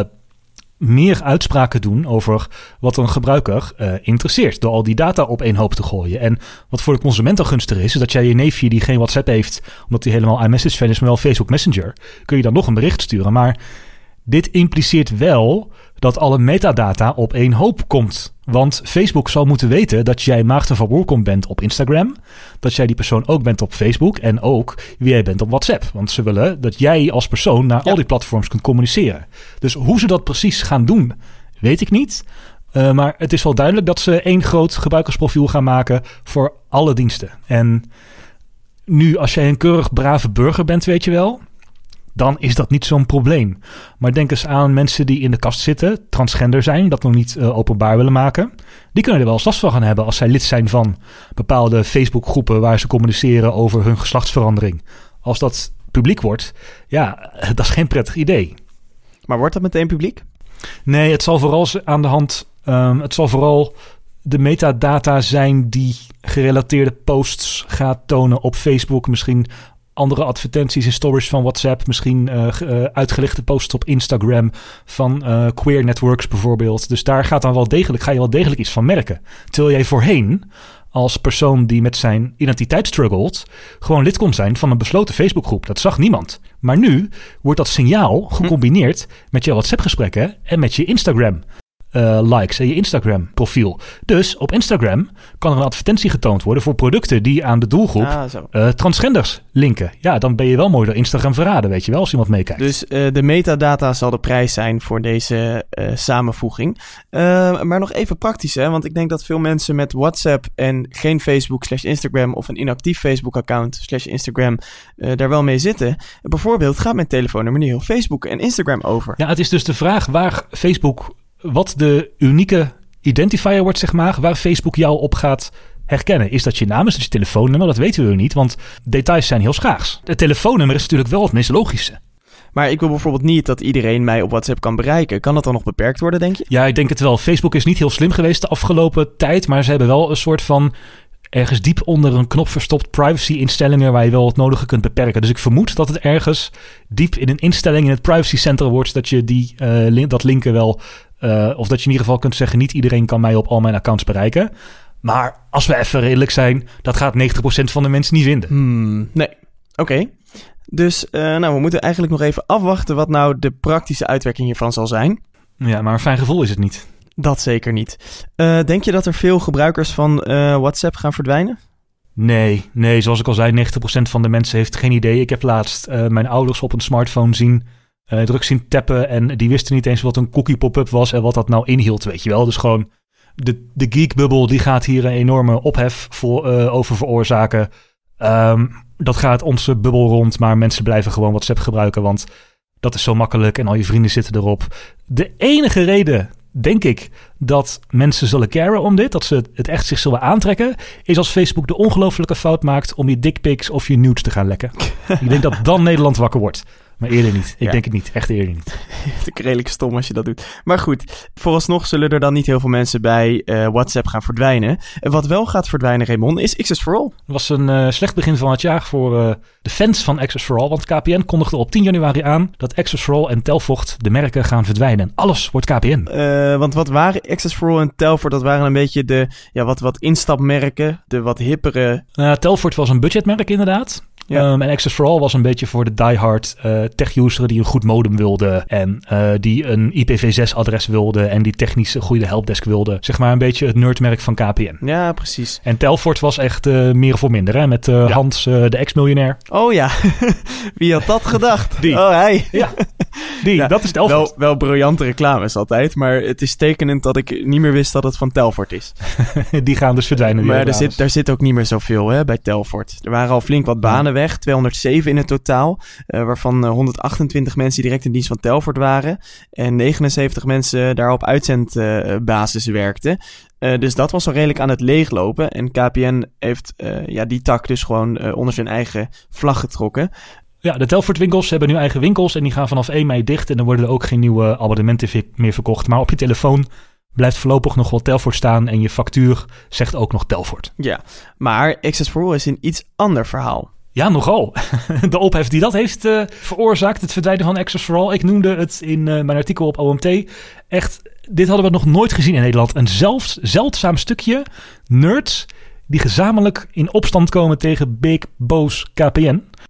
meer uitspraken doen over wat een gebruiker uh, interesseert, door al die data op één hoop te gooien. En wat voor de consument al gunstig is, is dat jij je neefje die geen WhatsApp heeft, omdat hij helemaal iMessage fan is, maar wel Facebook Messenger, kun je dan nog een bericht sturen. Maar dit impliceert wel dat alle metadata op één hoop komt Want Facebook zal moeten weten dat jij Maarten van Woerkom bent op Instagram. Dat jij die persoon ook bent op Facebook. En ook wie jij bent op WhatsApp. Want ze willen dat jij als persoon naar ja. al die platforms kunt communiceren. Dus hoe ze dat precies gaan doen, weet ik niet. Uh, maar het is wel duidelijk dat ze één groot gebruikersprofiel gaan maken voor alle diensten. En nu, als jij een keurig brave burger bent, weet je wel, dan is dat niet zo'n probleem. Maar denk eens aan mensen die in de kast zitten, transgender zijn, dat nog niet uh, openbaar willen maken. Die kunnen er wel eens last van gaan hebben als zij lid zijn van bepaalde Facebookgroepen waar ze communiceren over hun geslachtsverandering. Als dat publiek wordt, ja, dat is geen prettig idee. Maar wordt dat meteen publiek? Nee, het zal vooral aan de hand, um, het zal vooral de metadata zijn die gerelateerde posts gaat tonen op Facebook. Misschien andere advertenties en stories van WhatsApp. Misschien uh, uh, uitgelichte posts op Instagram van uh, queer networks bijvoorbeeld. Dus daar gaat dan wel degelijk, ga je wel degelijk iets van merken. Terwijl jij voorheen als persoon die met zijn identiteit struggelt gewoon lid kon zijn van een besloten Facebookgroep. Dat zag niemand. Maar nu wordt dat signaal gecombineerd met je WhatsApp-gesprekken en met je Instagram Uh, likes en je Instagram profiel. Dus op Instagram kan er een advertentie getoond worden voor producten die aan de doelgroep ah, uh, transgenders linken. Ja, dan ben je wel mooi door Instagram verraden, weet je wel, als iemand meekijkt. Dus uh, de metadata zal de prijs zijn voor deze uh, samenvoeging. Uh, maar nog even praktisch, hè, want ik denk dat veel mensen met WhatsApp en geen Facebook slash Instagram of een inactief Facebook-account slash Instagram uh, daar wel mee zitten. Bijvoorbeeld gaat mijn telefoonnummer nu heel Facebook en Instagram over. Ja, het is dus de vraag waar Facebook, wat de unieke identifier wordt, zeg maar, waar Facebook jou op gaat herkennen. Is dat je naam, is dat je telefoonnummer? Dat weten we niet, want details zijn heel schaars. Het telefoonnummer is natuurlijk wel het meest logische. Maar ik wil bijvoorbeeld niet dat iedereen mij op WhatsApp kan bereiken. Kan dat dan nog beperkt worden, denk je? Ja, ik denk het wel. Facebook is niet heel slim geweest de afgelopen tijd, maar ze hebben wel een soort van ergens diep onder een knop verstopt privacy-instellingen waar je wel het nodige kunt beperken. Dus ik vermoed dat het ergens diep in een instelling in het privacy center wordt dat je die, uh, link, dat linken wel, uh, of dat je in ieder geval kunt zeggen, niet iedereen kan mij op al mijn accounts bereiken. Maar als we even redelijk zijn, dat gaat negentig procent van de mensen niet vinden. Hmm, nee, oké. Okay. Dus uh, nou, we moeten eigenlijk nog even afwachten wat nou de praktische uitwerking hiervan zal zijn. Ja, maar een fijn gevoel is het niet. Dat zeker niet. Uh, denk je dat er veel gebruikers van uh, WhatsApp gaan verdwijnen? Nee, nee, zoals ik al zei, negentig procent van de mensen heeft geen idee. Ik heb laatst uh, mijn ouders op een smartphone zien, uh, druk zien tappen en die wisten niet eens wat een cookie pop-up was en wat dat nou inhield, weet je wel. Dus gewoon de, de geekbubbel die gaat hier een enorme ophef voor, uh, over veroorzaken. Um, dat gaat onze bubbel rond, maar mensen blijven gewoon WhatsApp gebruiken, want dat is zo makkelijk en al je vrienden zitten erop. De enige reden, denk ik, dat mensen zullen caren om dit, dat ze het echt zich zullen aantrekken, is als Facebook de ongelofelijke fout maakt om je dickpics of je nudes te gaan lekken. Ik denk dat dan Nederland wakker wordt. Maar eerder niet. Ik ja. denk het niet. Echt eerder niet. Het is redelijk stom als je dat doet. Maar goed, vooralsnog zullen er dan niet heel veel mensen bij uh, WhatsApp gaan verdwijnen. En wat wel gaat verdwijnen, Raymond, is Access for All. Het was een uh, slecht begin van het jaar voor uh, de fans van Access for All. Want K P N kondigde op tien januari aan dat Access for All en Telfort de merken gaan verdwijnen. Alles wordt K P N. Uh, want wat waren Access for All en Telfort? Dat waren een beetje de ja, wat, wat instapmerken. De wat hippere. Uh, Telfort was een budgetmerk inderdaad. Ja. Um, en Access for All was een beetje voor de diehard uh, tech-user die een goed modem wilde en uh, die een I P v zes adres wilde en die technische goede helpdesk wilde. Zeg maar een beetje het nerdmerk van K P N. Ja, precies. En Telfort was echt uh, meer voor minder, hè? Met uh, ja. Hans, uh, de ex-miljonair. Oh ja, wie had dat gedacht? Die. Oh, hij. Ja, die. Ja, dat is Telfort. Wel, wel briljante reclames altijd, maar het is tekenend dat ik niet meer wist dat het van Telfort is. Die gaan dus verdwijnen. Maar er zit, daar zit ook niet meer zoveel hè, bij Telfort. Er waren al flink wat banen weg, tweehonderdzeven in het totaal, uh, waarvan uh, honderdachtentwintig mensen direct in dienst van Telfort waren en negenenzeventig mensen daar op uitzendbasis uh, werkten. Uh, dus dat was al redelijk aan het leeglopen en K P N heeft uh, ja, die tak dus gewoon uh, onder zijn eigen vlag getrokken. Ja, de Telfort winkels hebben nu eigen winkels en die gaan vanaf één mei dicht en dan worden er ook geen nieuwe abonnementen meer verkocht. Maar op je telefoon blijft voorlopig nog wel Telfort staan en je factuur zegt ook nog Telfort. Ja, maar Access for All is een iets ander verhaal. Ja, nogal. De ophef die dat heeft uh, veroorzaakt, het verdwijnen van Access for All. Ik noemde het in uh, mijn artikel op O M T. Echt, dit hadden we nog nooit gezien in Nederland. Een zelfs, zeldzaam stukje nerds die gezamenlijk in opstand komen tegen Big Boos K P N.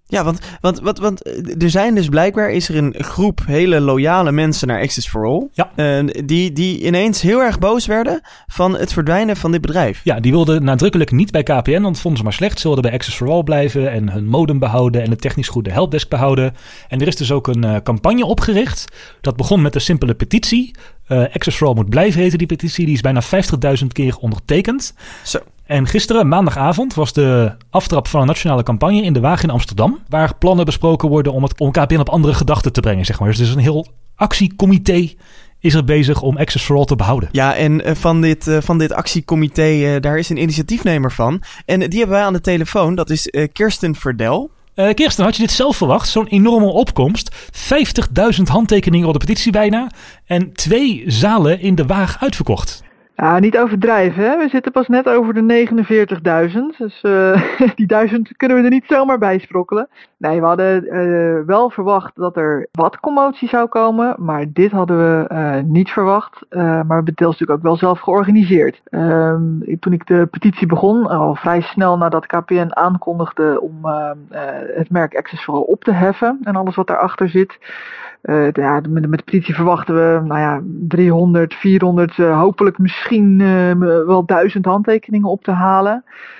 Ja, want, want, want, want er zijn dus blijkbaar is er een groep hele loyale mensen naar Access for All. Ja. Uh, die, die ineens heel erg boos werden van het verdwijnen van dit bedrijf. Ja, die wilden nadrukkelijk niet bij K P N, want dat vonden ze maar slecht. Ze wilden bij Access for All blijven en hun modem behouden en de technisch goede helpdesk behouden. En er is dus ook een uh, campagne opgericht. Dat begon met een simpele petitie. Uh, Access for All moet blijven heten, die petitie. Die is bijna vijftigduizend keer ondertekend. Zo. En gisteren, maandagavond, was de aftrap van een nationale campagne in De Waag in Amsterdam. Waar plannen besproken worden om, het, om K P N op andere gedachten te brengen, zeg maar. Dus er is een heel actiecomité is er bezig om Access for All te behouden. Ja, en uh, van, dit, uh, van dit actiecomité, uh, daar is een initiatiefnemer van. En uh, die hebben wij aan de telefoon, dat is uh, Kirsten Verdel. Uh, Kirsten, had je dit zelf verwacht? Zo'n enorme opkomst. vijftigduizend handtekeningen op de petitie bijna. En twee zalen in De Waag uitverkocht. Ja, niet overdrijven, hè? We zitten pas net over de negenenveertigduizend. Dus uh, die duizend kunnen we er niet zomaar bij sprokkelen. Nee, we hadden uh, wel verwacht dat er wat commotie zou komen. Maar dit hadden we uh, niet verwacht. Uh, maar we hebben het deels natuurlijk ook wel zelf georganiseerd. Uh, toen ik de petitie begon, al vrij snel nadat K P N aankondigde om uh, uh, het merk Access for All op te heffen. En alles wat daarachter zit. Uh, ja, met, met de petitie verwachten we nou ja, driehonderd, vierhonderd, uh, hopelijk misschien uh, wel duizend handtekeningen op te halen.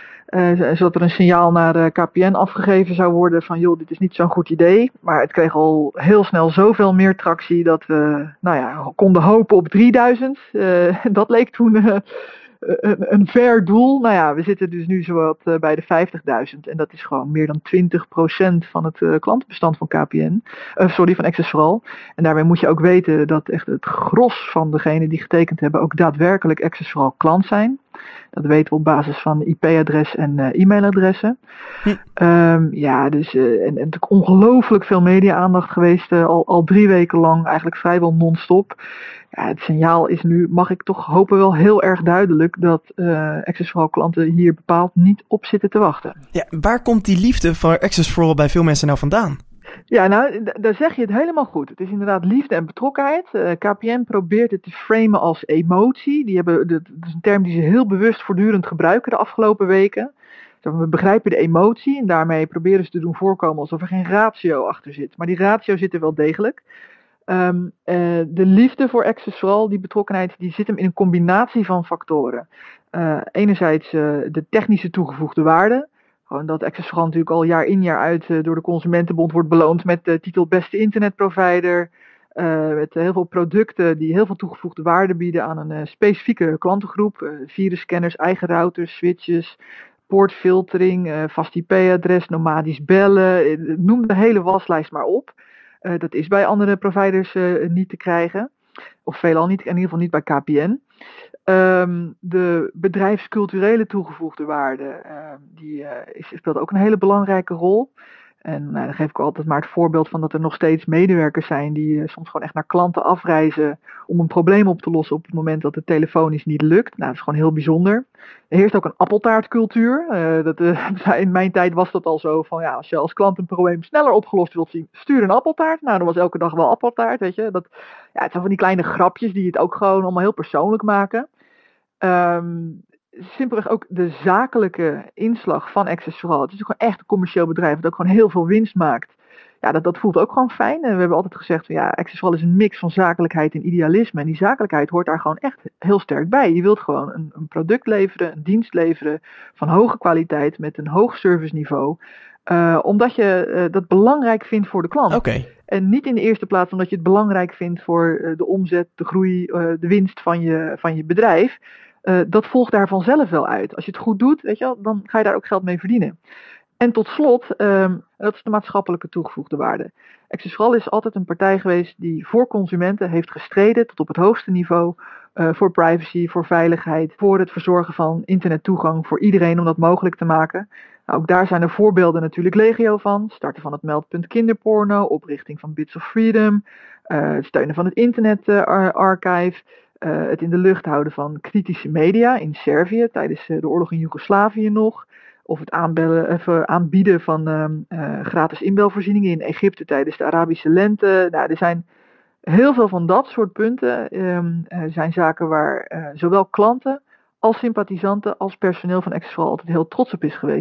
Uh, zodat er een signaal naar uh, K P N afgegeven zou worden van joh, dit is niet zo'n goed idee. Maar het kreeg al heel snel zoveel meer tractie dat we nou ja, konden hopen op drieduizend. Uh, dat leek toen uh, een, een ver doel. Nou ja, we zitten dus nu zowat uh, bij de vijftigduizend. En dat is gewoon meer dan twintig procent van het uh, klantenbestand van K P N. Uh, sorry, van Access for All. En daarmee moet je ook weten dat echt het gros van degenen die getekend hebben ook daadwerkelijk Access for All klant zijn. Dat weten we op basis van I P-adres en uh, e-mailadressen. Hm. Um, ja, dus uh, en, en natuurlijk ongelooflijk veel media-aandacht geweest. Uh, al, al drie weken lang, eigenlijk vrijwel non-stop. Ja, het signaal is nu, mag ik toch hopen, wel heel erg duidelijk dat uh, Access for All klanten hier bepaald niet op zitten te wachten. Ja, waar komt die liefde voor Access for All bij veel mensen nou vandaan? Ja, nou, d- daar zeg je het helemaal goed. Het is inderdaad liefde en betrokkenheid. Uh, K P N probeert het te framen als emotie. Die hebben, dat is een term die ze heel bewust voortdurend gebruiken de afgelopen weken. We begrijpen de emotie en daarmee proberen ze te doen voorkomen alsof er geen ratio achter zit. Maar die ratio zit er wel degelijk. Um, uh, de liefde voor Access for All, die betrokkenheid, die zit hem in een combinatie van factoren. Uh, enerzijds uh, de technische toegevoegde waarde. Gewoon dat Access for All natuurlijk al jaar in jaar uit uh, door de Consumentenbond wordt beloond met de titel beste internetprovider. Uh, met heel veel producten die heel veel toegevoegde waarde bieden aan een uh, specifieke klantengroep. Uh, virusscanners, eigen routers, switches, poortfiltering, uh, vast I P-adres, nomadisch bellen. Uh, noem de hele waslijst maar op. Uh, dat is bij andere providers uh, niet te krijgen. Of veelal niet, in ieder geval niet bij K P N. Um, de bedrijfsculturele toegevoegde waarde, uh, die uh, is, speelt ook een hele belangrijke rol. En nou, dan geef ik altijd maar het voorbeeld van dat er nog steeds medewerkers zijn die uh, soms gewoon echt naar klanten afreizen om een probleem op te lossen op het moment dat het telefonisch niet lukt. Nou, dat is gewoon heel bijzonder. Er heerst ook een appeltaartcultuur. Uh, dat, uh, in mijn tijd was dat al zo van ja, als je als klant een probleem sneller opgelost wilt zien, stuur een appeltaart. Nou, dan was elke dag wel appeltaart, weet je. Dat, ja, het zijn van die kleine grapjes die het ook gewoon allemaal heel persoonlijk maken. Um, simpelweg ook de zakelijke inslag van Access for All. Het is ook gewoon echt een commercieel bedrijf dat ook gewoon heel veel winst maakt. Ja, dat, dat voelt ook gewoon fijn. En we hebben altijd gezegd, ja, Access for All is een mix van zakelijkheid en idealisme. En die zakelijkheid hoort daar gewoon echt heel sterk bij. Je wilt gewoon een, een product leveren, een dienst leveren van hoge kwaliteit met een hoog serviceniveau. Uh, omdat je uh, dat belangrijk vindt voor de klant. Okay. En niet in de eerste plaats omdat je het belangrijk vindt voor uh, de omzet, de groei, uh, de winst van je, van je bedrijf. Uh, dat volgt daar vanzelf wel uit. Als je het goed doet, weet je wel, dan ga je daar ook geld mee verdienen. En tot slot, um, dat is de maatschappelijke toegevoegde waarde. Access for All is altijd een partij geweest die voor consumenten heeft gestreden tot op het hoogste niveau. Uh, voor privacy, voor veiligheid, voor het verzorgen van internettoegang voor iedereen om dat mogelijk te maken. Nou, ook daar zijn er voorbeelden natuurlijk legio van. Starten van het meldpunt kinderporno, oprichting van Bits of Freedom, uh, het steunen van het internet uh, archive. Uh, het in de lucht houden van kritische media in Servië tijdens uh, de oorlog in Joegoslavië nog. Of het aanbellen, even aanbieden van uh, uh, gratis inbelvoorzieningen in Egypte tijdens de Arabische lente. Nou, er zijn heel veel van dat soort punten. Um, uh, zijn zaken waar uh, zowel klanten als sympathisanten als personeel van Access for All altijd heel trots op is geweest.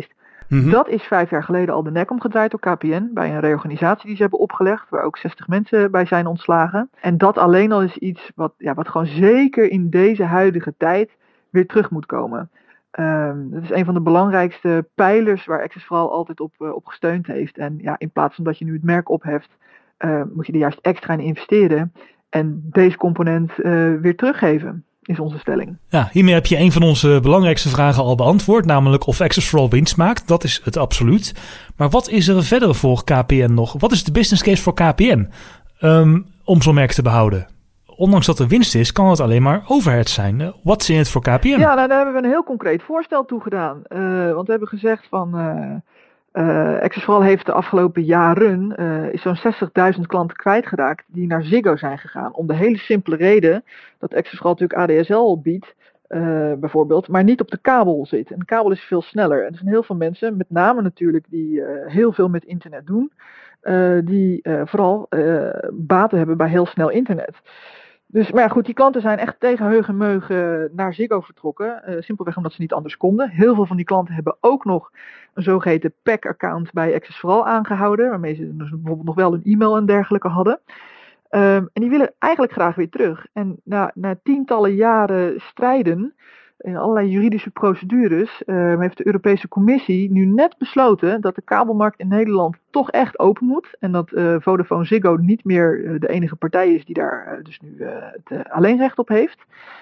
Mm-hmm. Dat is vijf jaar geleden al de nek omgedraaid door K P N bij een reorganisatie die ze hebben opgelegd, waar ook zestig mensen bij zijn ontslagen. En dat alleen al is iets wat, ja, wat gewoon zeker in deze huidige tijd weer terug moet komen. Um, dat is een van de belangrijkste pijlers waar Access vooral altijd op, uh, op gesteund heeft. En ja, in plaats van dat je nu het merk opheft, uh, moet je er juist extra in investeren en deze component uh, weer teruggeven, is onze stelling. Ja, hiermee heb je een van onze belangrijkste vragen al beantwoord, namelijk of Access for All winst maakt. Dat is het absoluut. Maar wat is er verder voor K P N nog? Wat is de business case voor K P N um, om zo'n merk te behouden? Ondanks dat er winst is, kan het alleen maar overhead zijn. What's in it voor K P N? Ja, nou, daar hebben we een heel concreet voorstel toe gedaan. Uh, want we hebben gezegd van Uh, Uh, Access for All heeft de afgelopen jaren uh, is zo'n zestigduizend klanten kwijtgeraakt die naar Ziggo zijn gegaan. Om de hele simpele reden dat Access for All natuurlijk A D S L biedt, uh, bijvoorbeeld, maar niet op de kabel zit. En de kabel is veel sneller. En er zijn heel veel mensen, met name natuurlijk, die uh, heel veel met internet doen, uh, die uh, vooral uh, baten hebben bij heel snel internet. Dus, maar ja, goed, die klanten zijn echt tegen heug en meug uh, naar Ziggo vertrokken. Uh, simpelweg omdat ze niet anders konden. Heel veel van die klanten hebben ook nog een zogeheten P A C-account bij Access for All aangehouden. Waarmee ze dus bijvoorbeeld nog wel een e-mail en dergelijke hadden. Um, en die willen eigenlijk graag weer terug. En na, na tientallen jaren strijden in allerlei juridische procedures uh, heeft de Europese Commissie nu net besloten dat de kabelmarkt in Nederland toch echt open moet. En dat uh, Vodafone Ziggo niet meer uh, de enige partij is die daar uh, dus nu uh, het uh, alleenrecht op heeft.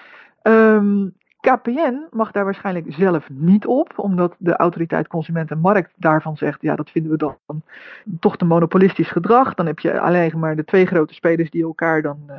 Um, K P N mag daar waarschijnlijk zelf niet op, omdat de autoriteit Consument en Markt daarvan zegt, ja, dat vinden we dan toch te monopolistisch gedrag. Dan heb je alleen maar de twee grote spelers die elkaar dan uh,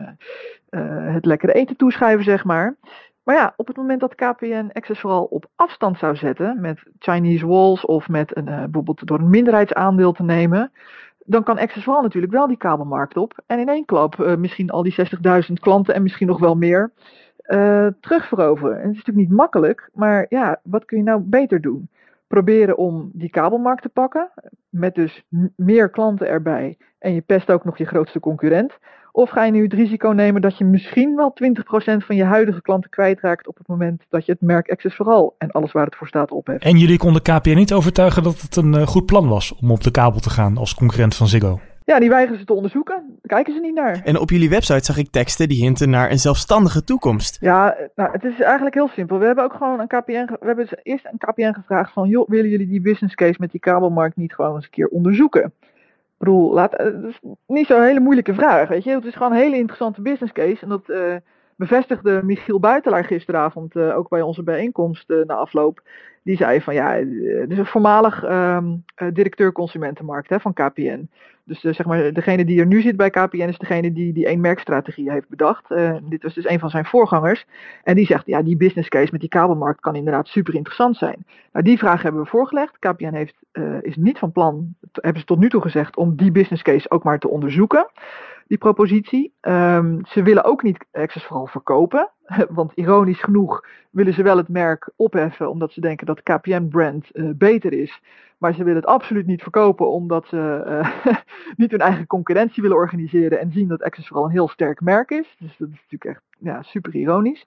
uh, het lekkere eten toeschuiven, zeg maar. Maar ja, op het moment dat K P N Access for All op afstand zou zetten met Chinese walls of met een, uh, bijvoorbeeld door een minderheidsaandeel te nemen, dan kan Access for All natuurlijk wel die kabelmarkt op en in één klap uh, misschien al die zestigduizend klanten en misschien nog wel meer uh, terugveroveren. En het is natuurlijk niet makkelijk, maar ja, wat kun je nou beter doen? Proberen om die kabelmarkt te pakken, met dus m- meer klanten erbij en je pest ook nog je grootste concurrent. Of ga je nu het risico nemen dat je misschien wel twintig procent van je huidige klanten kwijtraakt op het moment dat je het merk Access for All en alles waar het voor staat opheft. En jullie konden K P N niet overtuigen dat het een uh, goed plan was om op de kabel te gaan als concurrent van Ziggo? Ja, die weigeren ze te onderzoeken. Daar kijken ze niet naar. En op jullie website zag ik teksten die hinten naar een zelfstandige toekomst. Ja, nou, het is eigenlijk heel simpel. We hebben ook gewoon een K P N, ge- we hebben eerst een K P N gevraagd van, joh, willen jullie die business case met die kabelmarkt niet gewoon eens een keer onderzoeken? Ik bedoel, laat, dat is niet zo'n hele moeilijke vraag, weet je. Het is gewoon een hele interessante business case. En dat uh, bevestigde Michiel Buitelaar gisteravond uh, ook bij onze bijeenkomst uh, na afloop. Die zei van, ja, het is een voormalig um, uh, directeur consumentenmarkt hè, van K P N. Dus uh, zeg maar, degene die er nu zit bij K P N is degene die die één-merkstrategie heeft bedacht. Uh, dit was dus een van zijn voorgangers. En die zegt, ja, die business case met die kabelmarkt kan inderdaad super interessant zijn. Nou, die vraag hebben we voorgelegd. K P N heeft, uh, is niet van plan, hebben ze tot nu toe gezegd, om die business case ook maar te onderzoeken. Die propositie. Um, ze willen ook niet Access for All verkopen. Want ironisch genoeg willen ze wel het merk opheffen, omdat ze denken dat K P N-brand uh, beter is. Maar ze willen het absoluut niet verkopen, omdat ze uh, niet hun eigen concurrentie willen organiseren en zien dat Access for All een heel sterk merk is. Dus dat is natuurlijk echt ja, super ironisch.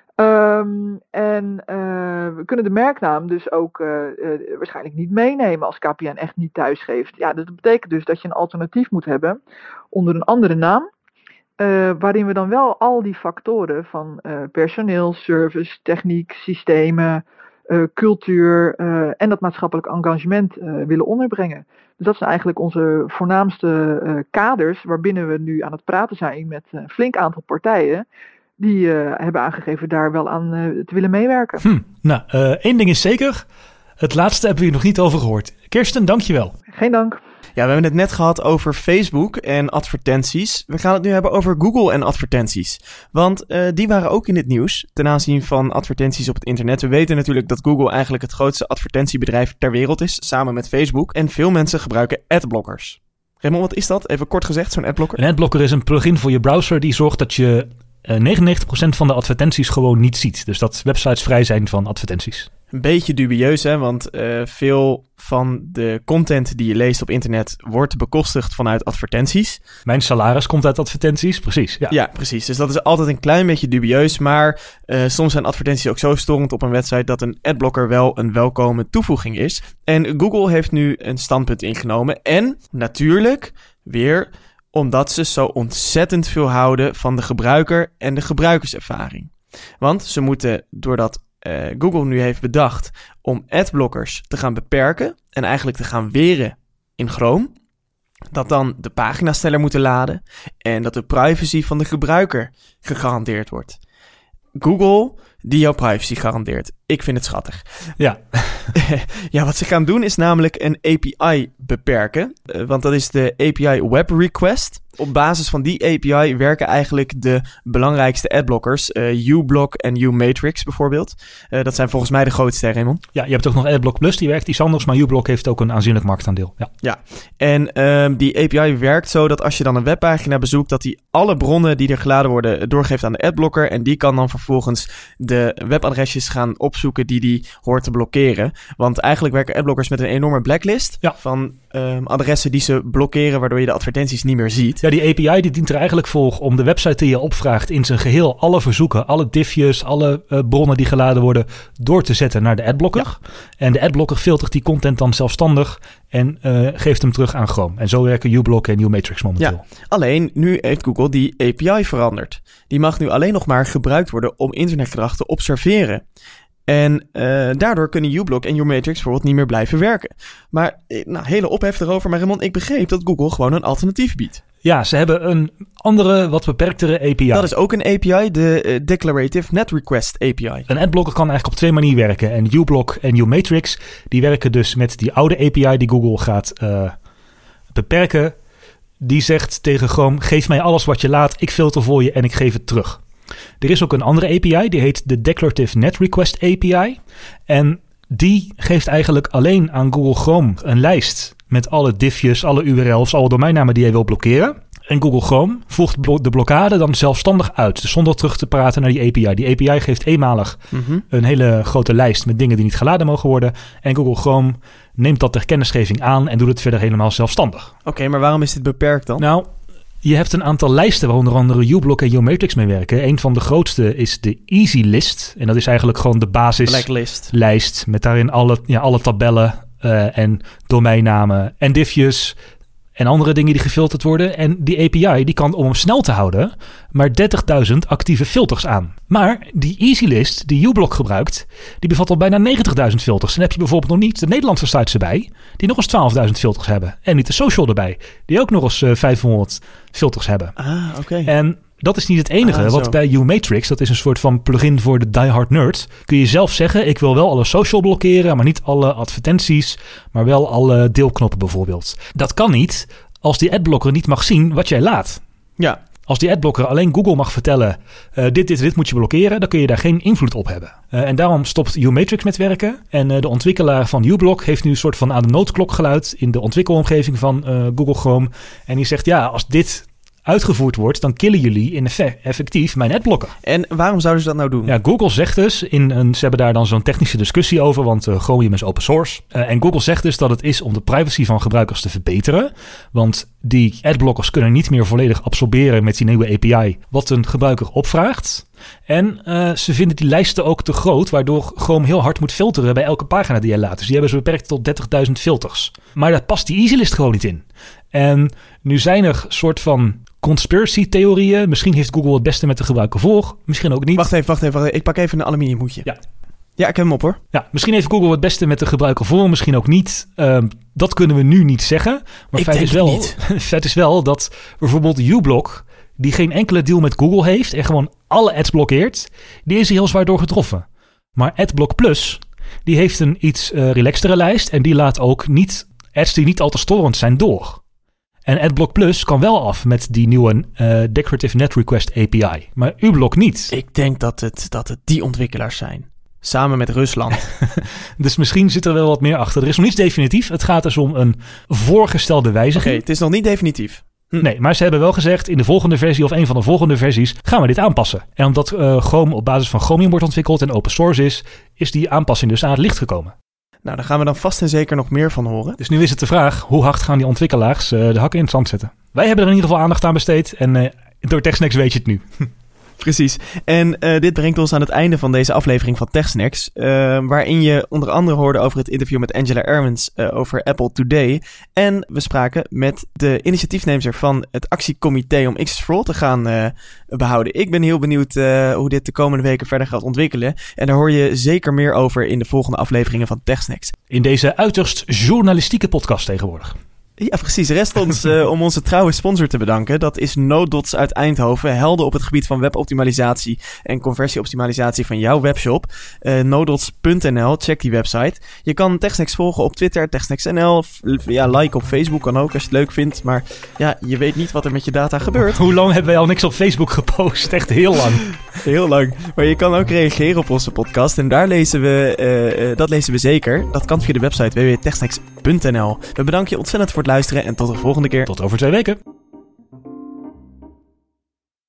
Um, en uh, we kunnen de merknaam dus ook uh, uh, waarschijnlijk niet meenemen als K P N echt niet thuisgeeft. Ja, dat betekent dus dat je een alternatief moet hebben onder een andere naam. Uh, waarin we dan wel al die factoren van uh, personeel, service, techniek, systemen, uh, cultuur uh, en dat maatschappelijk engagement uh, willen onderbrengen. Dus dat zijn eigenlijk onze voornaamste uh, kaders waarbinnen we nu aan het praten zijn met een flink aantal partijen die uh, hebben aangegeven daar wel aan uh, te willen meewerken. Hm, nou, uh, één ding is zeker. Het laatste hebben we hier nog niet over gehoord. Kirsten, dankjewel. Geen dank. Ja, we hebben het net gehad over Facebook en advertenties. We gaan het nu hebben over Google en advertenties. Want uh, die waren ook in het nieuws ten aanzien van advertenties op het internet. We weten natuurlijk dat Google eigenlijk het grootste advertentiebedrijf ter wereld is, samen met Facebook. En veel mensen gebruiken adblockers. Raymond, wat is dat? Even kort gezegd, zo'n adblocker. Een adblocker is een plugin voor je browser die zorgt dat je uh, negenennegentig procent van de advertenties gewoon niet ziet. Dus dat websites vrij zijn van advertenties. Een beetje dubieus, hè, want uh, veel van de content die je leest op internet wordt bekostigd vanuit advertenties. Mijn salaris komt uit advertenties, precies. Ja, ja precies. Dus dat is altijd een klein beetje dubieus, maar uh, soms zijn advertenties ook zo storend op een website dat een adblocker wel een welkome toevoeging is. En Google heeft nu een standpunt ingenomen en natuurlijk weer omdat ze zo ontzettend veel houden van de gebruiker en de gebruikerservaring. Want ze moeten, doordat uh, Google nu heeft bedacht om adblockers te gaan beperken en eigenlijk te gaan weren in Chrome, dat dan de pagina's sneller moeten laden en dat de privacy van de gebruiker gegarandeerd wordt. Google die jouw privacy garandeert. Ik vind het schattig. Ja. Ja, wat ze gaan doen is namelijk een A P I beperken. Uh, want dat is de A P I Web Request. Op basis van die A P I werken eigenlijk de belangrijkste adblockers. Uh, uBlock en uMatrix bijvoorbeeld. Uh, dat zijn volgens mij de grootste, Raymond. Ja, je hebt ook nog AdBlock Plus, die werkt iets anders. Maar uBlock heeft ook een aanzienlijk marktaandeel. Ja, ja. En um, die A P I werkt zo dat als je dan een webpagina bezoekt, dat die alle bronnen die er geladen worden doorgeeft aan de adblocker. En die kan dan vervolgens de webadresjes gaan opzoeken die die hoort te blokkeren. Want eigenlijk werken adblockers met een enorme blacklist ja. van um, adressen die ze blokkeren, waardoor je de advertenties niet meer ziet. Ja, die A P I die dient er eigenlijk voor om de website die je opvraagt in zijn geheel alle verzoeken, alle diffjes, alle uh, bronnen die geladen worden, door te zetten naar de adblocker. Ja. En de adblocker filtert die content dan zelfstandig en uh, geeft hem terug aan Chrome. En zo werken uBlock en uMatrix momenteel. Ja, alleen nu heeft Google die A P I veranderd. Die mag nu alleen nog maar gebruikt worden om internetgedrag te observeren. En uh, daardoor kunnen uBlock en uMatrix bijvoorbeeld niet meer blijven werken. Maar, nou, hele ophef erover. Maar Raymond, ik begreep dat Google gewoon een alternatief biedt. Ja, ze hebben een andere, wat beperktere A P I. Dat is ook een A P I, de uh, Declarative Net Request A P I. Een adblocker kan eigenlijk op twee manieren werken. En uBlock en uMatrix, die werken dus met die oude A P I die Google gaat uh, beperken. Die zegt tegen Chrome, geef mij alles wat je laat, ik filter voor je en ik geef het terug. Er is ook een andere A P I, die heet de Declarative Net Request A P I. En die geeft eigenlijk alleen aan Google Chrome een lijst met alle diffjes, alle U R L's, alle domeinnamen die hij wil blokkeren. En Google Chrome voegt blo- de blokkade dan zelfstandig uit, dus zonder terug te praten naar die A P I. Die A P I geeft eenmalig mm-hmm. een hele grote lijst met dingen die niet geladen mogen worden. En Google Chrome neemt dat ter kennisgeving aan en doet het verder helemaal zelfstandig. Oké, okay, maar waarom is dit beperkt dan? Nou, je hebt een aantal lijsten waar onder andere uBlock en uMatrix mee werken. Een van de grootste is de Easy List. En dat is eigenlijk gewoon de basislijst met daarin alle, ja, alle tabellen uh, en domeinnamen en diffjes en andere dingen die gefilterd worden. En die A P I die kan, om hem snel te houden, maar dertigduizend actieve filters aan. Maar die Easy List die uBlock gebruikt, die bevat al bijna negentigduizend filters. En dan heb je bijvoorbeeld nog niet de Nederlandse sites erbij, die nog eens twaalfduizend filters hebben. En niet de social erbij, die ook nog eens uh, vijfhonderd filters hebben. Ah, oké. Okay. En dat is niet het enige, ah, want bij uMatrix, dat is een soort van plugin voor de diehard nerd, kun je zelf zeggen, ik wil wel alle social blokkeren, maar niet alle advertenties, maar wel alle deelknoppen bijvoorbeeld. Dat kan niet als die adblocker niet mag zien wat jij laat. Ja. Als die adblocker alleen Google mag vertellen, uh, dit, dit, dit moet je blokkeren, dan kun je daar geen invloed op hebben. Uh, en daarom stopt uMatrix met werken. En uh, de ontwikkelaar van uBlock heeft nu een soort van aan de noodklok geluid in de ontwikkelomgeving van uh, Google Chrome. En die zegt, ja, als dit uitgevoerd wordt, dan killen jullie in effect, effectief mijn adblocker. En waarom zouden ze dat nou doen? Ja, Google zegt dus, in een, ze hebben daar dan zo'n technische discussie over, want uh, Chromium is open source. Uh, en Google zegt dus dat het is om de privacy van gebruikers te verbeteren. Want die adblockers kunnen niet meer volledig absorberen met die nieuwe A P I wat een gebruiker opvraagt. En uh, ze vinden die lijsten ook te groot, waardoor Chrome heel hard moet filteren bij elke pagina die je laat. Dus die hebben ze beperkt tot dertigduizend filters. Maar daar past die EasyList gewoon niet in. En nu zijn er soort van conspiracy-theorieën. Misschien heeft Google het beste met de gebruiker voor. Misschien ook niet. Wacht even, wacht even. Wacht even. Ik pak even een aluminiumhoedje. Ja. Ja, ik heb hem op hoor. Ja, misschien heeft Google het beste met de gebruiker voor. Misschien ook niet. Uh, dat kunnen we nu niet zeggen. Maar ik feit denk is wel, niet. feit is wel dat bijvoorbeeld uBlock, die geen enkele deal met Google heeft en gewoon alle ads blokkeert, die is er heel zwaar door getroffen. Maar AdBlock Plus, die heeft een iets uh, relaxtere lijst en die laat ook niet ads die niet al te storend zijn door. En AdBlock Plus kan wel af met die nieuwe uh, Declarative Net Request A P I. Maar uBlock niet. Ik denk dat het, dat het die ontwikkelaars zijn. Samen met Rusland. Dus misschien zit er wel wat meer achter. Er is nog niets definitief. Het gaat dus om een voorgestelde wijziging. Oké, okay, het is nog niet definitief. Hm. Nee, maar ze hebben wel gezegd, in de volgende versie of een van de volgende versies gaan we dit aanpassen. En omdat uh, Chrome op basis van Chromium wordt ontwikkeld en open source is, is die aanpassing dus aan het licht gekomen. Nou, daar gaan we dan vast en zeker nog meer van horen. Dus nu is het de vraag, hoe hard gaan die ontwikkelaars uh, de hakken in het zand zetten? Wij hebben er in ieder geval aandacht aan besteed en uh, door TechSnacks weet je het nu. Precies. En uh, dit brengt ons aan het einde van deze aflevering van TechSnacks, uh, waarin je onder andere hoorde over het interview met Angela Ahrendts uh, over Apple Today. En we spraken met de initiatiefnemer van het actiecomité om X is for All te gaan uh, behouden. Ik ben heel benieuwd uh, hoe dit de komende weken verder gaat ontwikkelen. En daar hoor je zeker meer over in de volgende afleveringen van TechSnacks. In deze uiterst journalistieke podcast tegenwoordig. Ja, precies. Rest ons uh, om onze trouwe sponsor te bedanken. Dat is NoDots uit Eindhoven. Helden op het gebied van weboptimalisatie en conversieoptimalisatie van jouw webshop. Uh, nodots punt n l, check die website. Je kan TechSnacks volgen op Twitter, TechSnacks punt n l. Ja, like op Facebook kan ook als je het leuk vindt. Maar ja, je weet niet wat er met je data gebeurt. Hoe lang hebben wij al niks op Facebook gepost? Echt heel lang. Heel lang. Maar je kan ook reageren op onze podcast. En daar lezen we, uh, uh, dat lezen we zeker. Dat kan via de website w w w punt techsnacks punt n l. We bedanken je ontzettend voor het luisteren en tot de volgende keer. Tot over twee weken.